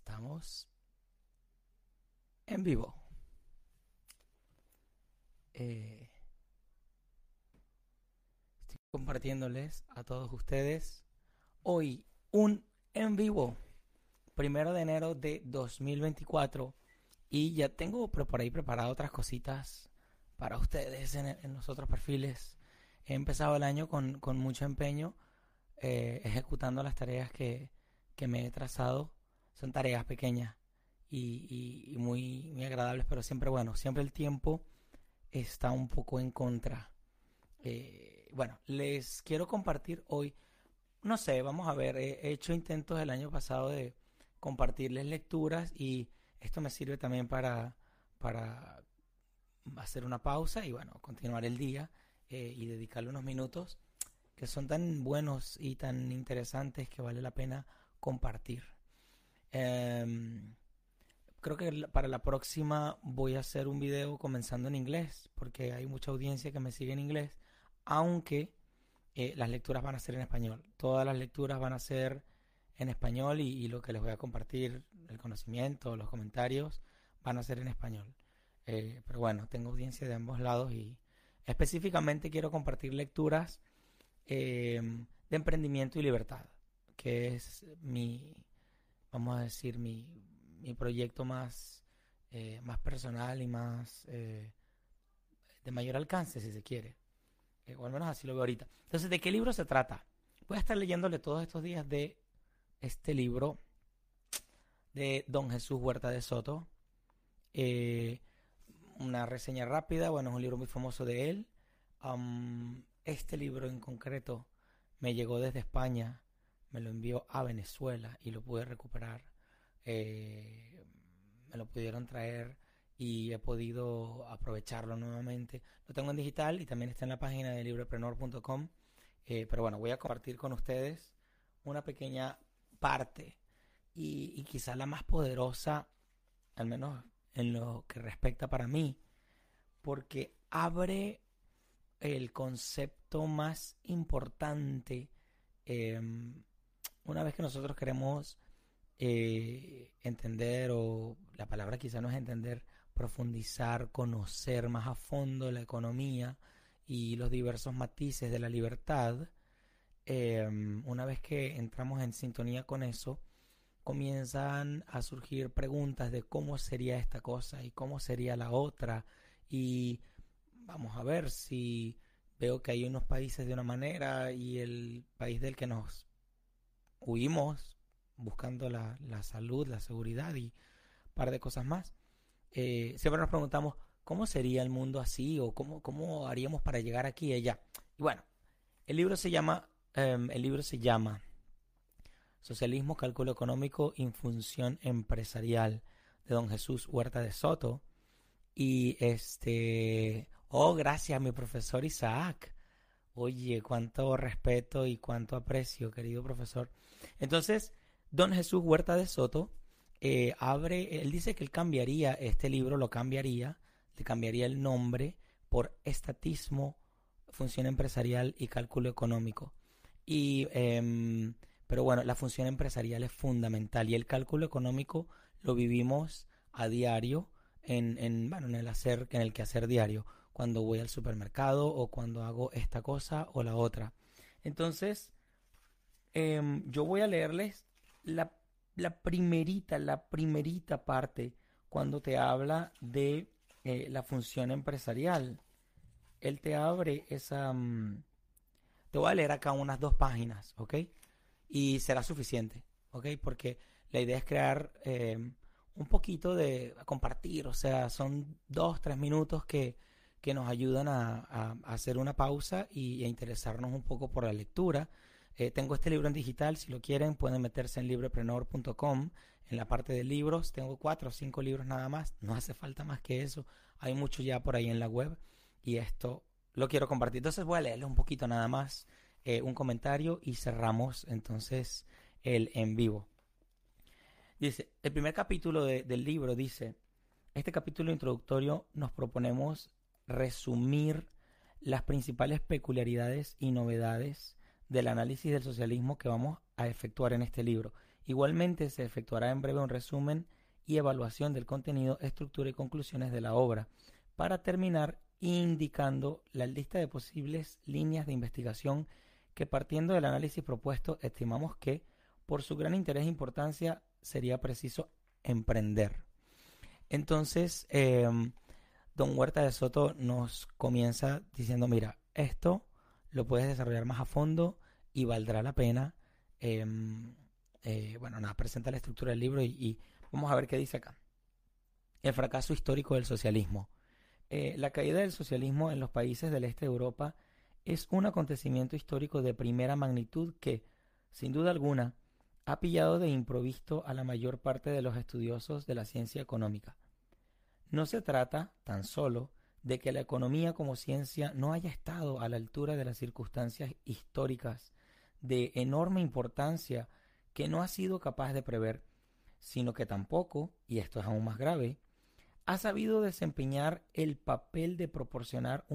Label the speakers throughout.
Speaker 1: Estamos en vivo. Estoy compartiéndoles a todos ustedes hoy un en vivo, 1 de enero de 2024. Y ya tengo por ahí preparado otras cositas para ustedes en los otros perfiles. He empezado el año con mucho empeño, ejecutando las tareas que me he trazado. Son tareas pequeñas y muy agradables, pero siempre bueno, siempre el tiempo está un poco en contra. Bueno, les quiero compartir hoy, no sé, vamos a ver, he hecho intentos el año pasado de compartirles lecturas y esto me sirve también para hacer una pausa y bueno, continuar el día y dedicarle unos minutos que son tan buenos y tan interesantes que vale la pena compartir. Creo que para la próxima voy a hacer un video comenzando en inglés, porque hay mucha audiencia que me sigue en inglés, aunque las lecturas van a ser en español. Todas las lecturas van a ser en español y lo que les voy a compartir, el conocimiento, los comentarios, van a ser en español. Pero bueno, tengo audiencia de ambos lados y específicamente quiero compartir lecturas de emprendimiento y libertad, que es vamos a decir, mi proyecto más personal y más de mayor alcance, si se quiere. O al menos así lo veo ahorita. Entonces, ¿de qué libro se trata? Voy a estar leyéndole todos estos días de este libro de Don Jesús Huerta de Soto. Eh, una reseña rápida, bueno, es un libro muy famoso de él. Este libro en concreto me llegó desde España, me lo envió a Venezuela y lo pude recuperar. Me lo pudieron traer y he podido aprovecharlo nuevamente. Lo tengo en digital y también está en la página de librepreneur.com. Pero bueno, voy a compartir con ustedes una pequeña parte y quizá la más poderosa, al menos en lo que respecta para mí, porque abre el concepto más importante. eh, una vez que nosotros queremos entender, o la palabra quizá no es entender, profundizar, conocer más a fondo la economía y los diversos matices de la libertad, una vez que entramos en sintonía con eso, comienzan a surgir preguntas de cómo sería esta cosa y cómo sería la otra. Y vamos a ver si veo que hay unos países de una manera y el país del que nos huimos buscando la salud, la seguridad y un par de cosas más. Siempre nos preguntamos cómo sería el mundo así o cómo haríamos para llegar aquí y allá. Y bueno, el libro se llama Socialismo, Cálculo Económico y Función Empresarial, de Don Jesús Huerta de Soto. Y gracias a mi profesor Isaac. Oye, cuánto respeto y cuánto aprecio, querido profesor. Entonces, Don Jesús Huerta de Soto él dice que él cambiaría este libro, le cambiaría el nombre por Estatismo, Función Empresarial y Cálculo Económico. Y, pero bueno, la función empresarial es fundamental y el cálculo económico lo vivimos a diario bueno, en el quehacer diario, cuando voy al supermercado o cuando hago esta cosa o la otra. Entonces, yo voy a leerles la, la primerita parte cuando te habla de la función empresarial. Él te abre te voy a leer acá unas 2 páginas, ¿ok? Y será suficiente, ¿ok? Porque la idea es crear un poquito de compartir, o sea, son 2, 3 minutos que nos ayudan a hacer una pausa y a interesarnos un poco por la lectura. Tengo este libro en digital, si lo quieren pueden meterse en librepreneur.com, en la parte de libros, tengo 4 o 5 libros nada más, no hace falta más que eso, hay mucho ya por ahí en la web y esto lo quiero compartir. Entonces voy a leerles un poquito nada más, un comentario y cerramos entonces el en vivo. Dice, el primer capítulo del libro dice, este capítulo introductorio nos proponemos resumir las principales peculiaridades y novedades del análisis del socialismo que vamos a efectuar en este libro. Igualmente se efectuará en breve un resumen y evaluación del contenido, estructura y conclusiones de la obra, para terminar indicando la lista de posibles líneas de investigación que, partiendo del análisis propuesto, estimamos que, por su gran interés e importancia, sería preciso emprender. Entonces, don Huerta de Soto nos comienza diciendo, mira, esto lo puedes desarrollar más a fondo y valdrá la pena. Bueno, nada, presenta la estructura del libro y vamos a ver qué dice acá. El fracaso histórico del socialismo. La caída del socialismo en los países del este de Europa es un acontecimiento histórico de primera magnitud que, sin duda alguna, ha pillado de improviso a la mayor parte de los estudiosos de la ciencia económica. No se trata, tan solo, de que la economía como ciencia no haya estado a la altura de las circunstancias históricas de enorme importancia que no ha sido capaz de prever, sino que tampoco, y esto es aún más grave, ha sabido desempeñar el papel de proporcionar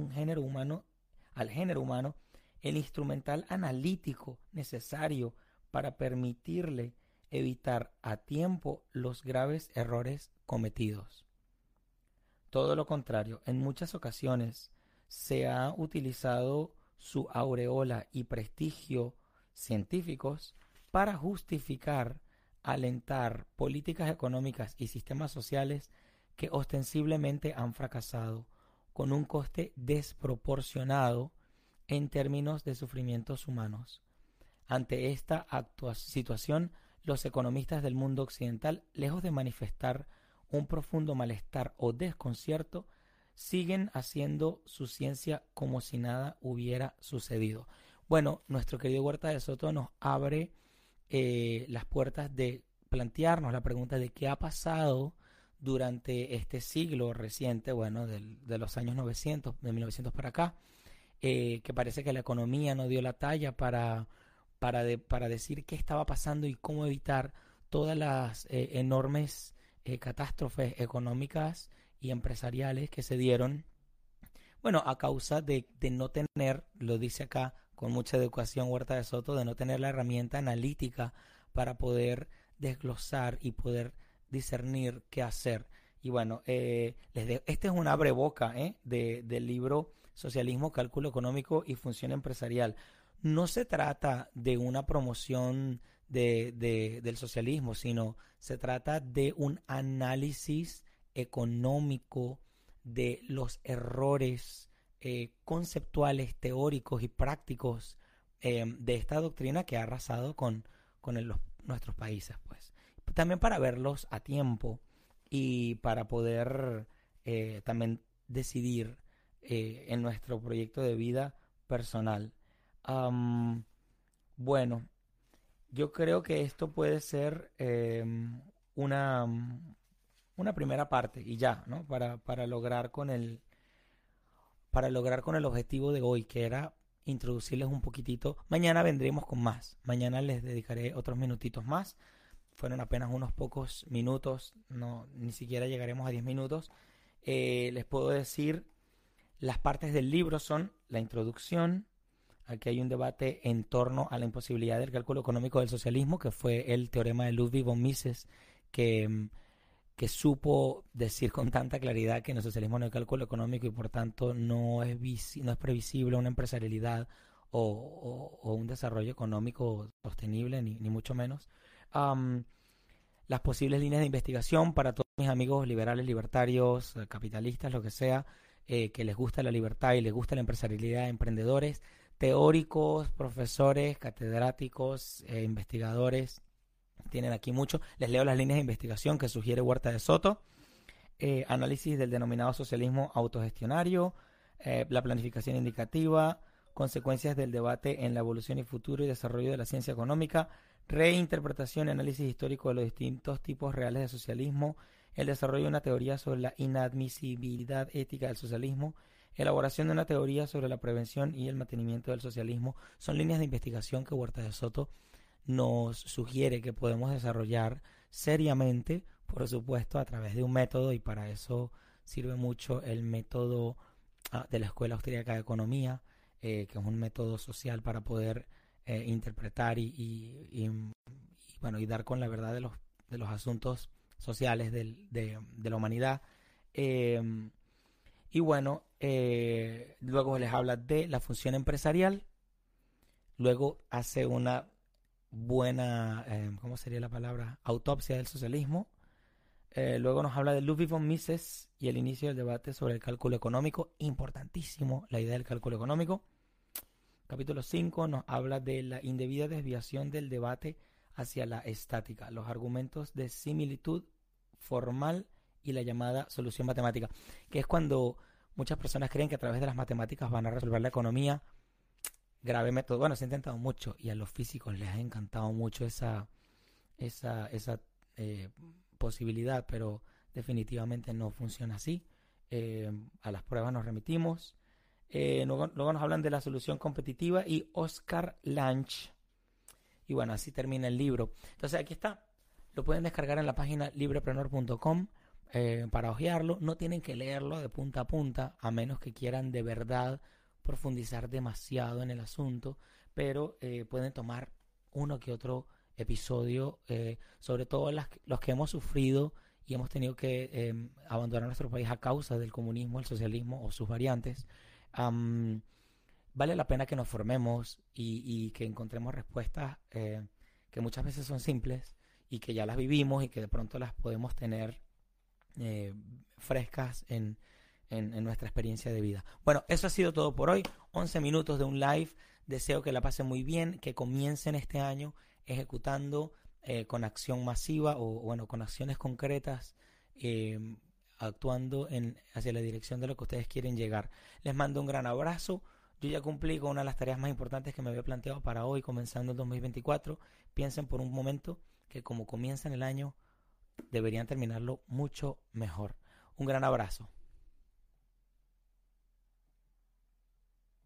Speaker 1: al género humano el instrumental analítico necesario para permitirle evitar a tiempo los graves errores cometidos. Todo lo contrario, en muchas ocasiones se ha utilizado su aureola y prestigio científicos para justificar, alentar políticas económicas y sistemas sociales que ostensiblemente han fracasado, con un coste desproporcionado en términos de sufrimientos humanos. Ante esta situación, los economistas del mundo occidental, lejos de manifestar un profundo malestar o desconcierto, siguen haciendo su ciencia como si nada hubiera sucedido. Bueno, nuestro querido Huerta de Soto nos abre las puertas de plantearnos la pregunta de qué ha pasado durante este siglo reciente, bueno, de los años 900, de 1900 para acá, que parece que la economía no dio la talla para decir qué estaba pasando y cómo evitar todas las enormes catástrofes económicas y empresariales que se dieron, bueno, a causa de no tener, lo dice acá con mucha educación Huerta de Soto, de no tener la herramienta analítica para poder desglosar y poder discernir qué hacer. Y bueno, este es un abreboca del libro Socialismo, Cálculo Económico y Función Empresarial. No se trata de una promoción del socialismo, sino se trata de un análisis económico de los errores conceptuales, teóricos y prácticos de esta doctrina que ha arrasado con nuestros países, pues. También para verlos a tiempo y para poder también decidir en nuestro proyecto de vida personal. Bueno, yo creo que esto puede ser una, una primera parte y ya, ¿no? Para lograr con el objetivo de hoy, que era introducirles un poquitito. Mañana vendremos con más. Mañana les dedicaré otros minutitos más. Fueron apenas unos pocos minutos, no, ni siquiera llegaremos a 10 minutos. Les puedo decir, las partes del libro son la introducción. Aquí hay un debate en torno a la imposibilidad del cálculo económico del socialismo, que fue el teorema de Ludwig von Mises, que supo decir con tanta claridad que en el socialismo no hay cálculo económico y por tanto no es previsible una empresarialidad o un desarrollo económico sostenible, ni mucho menos. Las posibles líneas de investigación para todos mis amigos liberales, libertarios, capitalistas, lo que sea, que les gusta la libertad y les gusta la empresarialidad, emprendedores, teóricos, profesores, catedráticos, investigadores. Tienen aquí mucho. Les leo las líneas de investigación que sugiere Huerta de Soto. Análisis del denominado socialismo autogestionario, la planificación indicativa, consecuencias del debate en la evolución y futuro y desarrollo de la ciencia económica, reinterpretación y análisis histórico de los distintos tipos reales de socialismo, el desarrollo de una teoría sobre la inadmisibilidad ética del socialismo, elaboración de una teoría sobre la prevención y el mantenimiento del socialismo. Son líneas de investigación que Huerta de Soto nos sugiere que podemos desarrollar seriamente, por supuesto, a través de un método, y para eso sirve mucho el método de la Escuela Austríaca de Economía, que es un método social para poder interpretar y bueno, y dar con la verdad de los asuntos sociales de la humanidad. Eh, y bueno, luego les habla de la función empresarial. Luego hace una buena, ¿cómo sería la palabra? Autopsia del socialismo. Luego nos habla de Ludwig von Mises y el inicio del debate sobre el cálculo económico. Importantísimo la idea del cálculo económico. Capítulo 5 nos habla de la indebida desviación del debate hacia la estática, los argumentos de similitud formal y la llamada solución matemática, que es cuando muchas personas creen que a través de las matemáticas van a resolver la economía. Grave método. Bueno, se ha intentado mucho y a los físicos les ha encantado mucho esa posibilidad, pero definitivamente no funciona así. A las pruebas nos remitimos. Luego nos hablan de la solución competitiva y Oscar Lange. Y bueno, así termina el libro. Entonces aquí está. Lo pueden descargar en la página librepreneur.com para hojearlo. No tienen que leerlo de punta a punta, a menos que quieran de verdad profundizar demasiado en el asunto, pero pueden tomar uno que otro episodio, sobre todo los que hemos sufrido y hemos tenido que abandonar nuestro país a causa del comunismo, el socialismo o sus variantes. Vale la pena que nos formemos y que encontremos respuestas que muchas veces son simples y que ya las vivimos y que de pronto las podemos tener frescas en nuestra experiencia de vida. Bueno, eso ha sido todo por hoy. 11 minutos de un live. Deseo que la pasen muy bien, que comiencen este año ejecutando con acción masiva o bueno, con acciones concretas, actuando hacia la dirección de lo que ustedes quieren llegar. Les mando un gran abrazo. Yo ya cumplí con una de las tareas más importantes que me había planteado para hoy, comenzando el 2024. Piensen por un momento que como comienzan el año, deberían terminarlo mucho mejor. Un gran abrazo.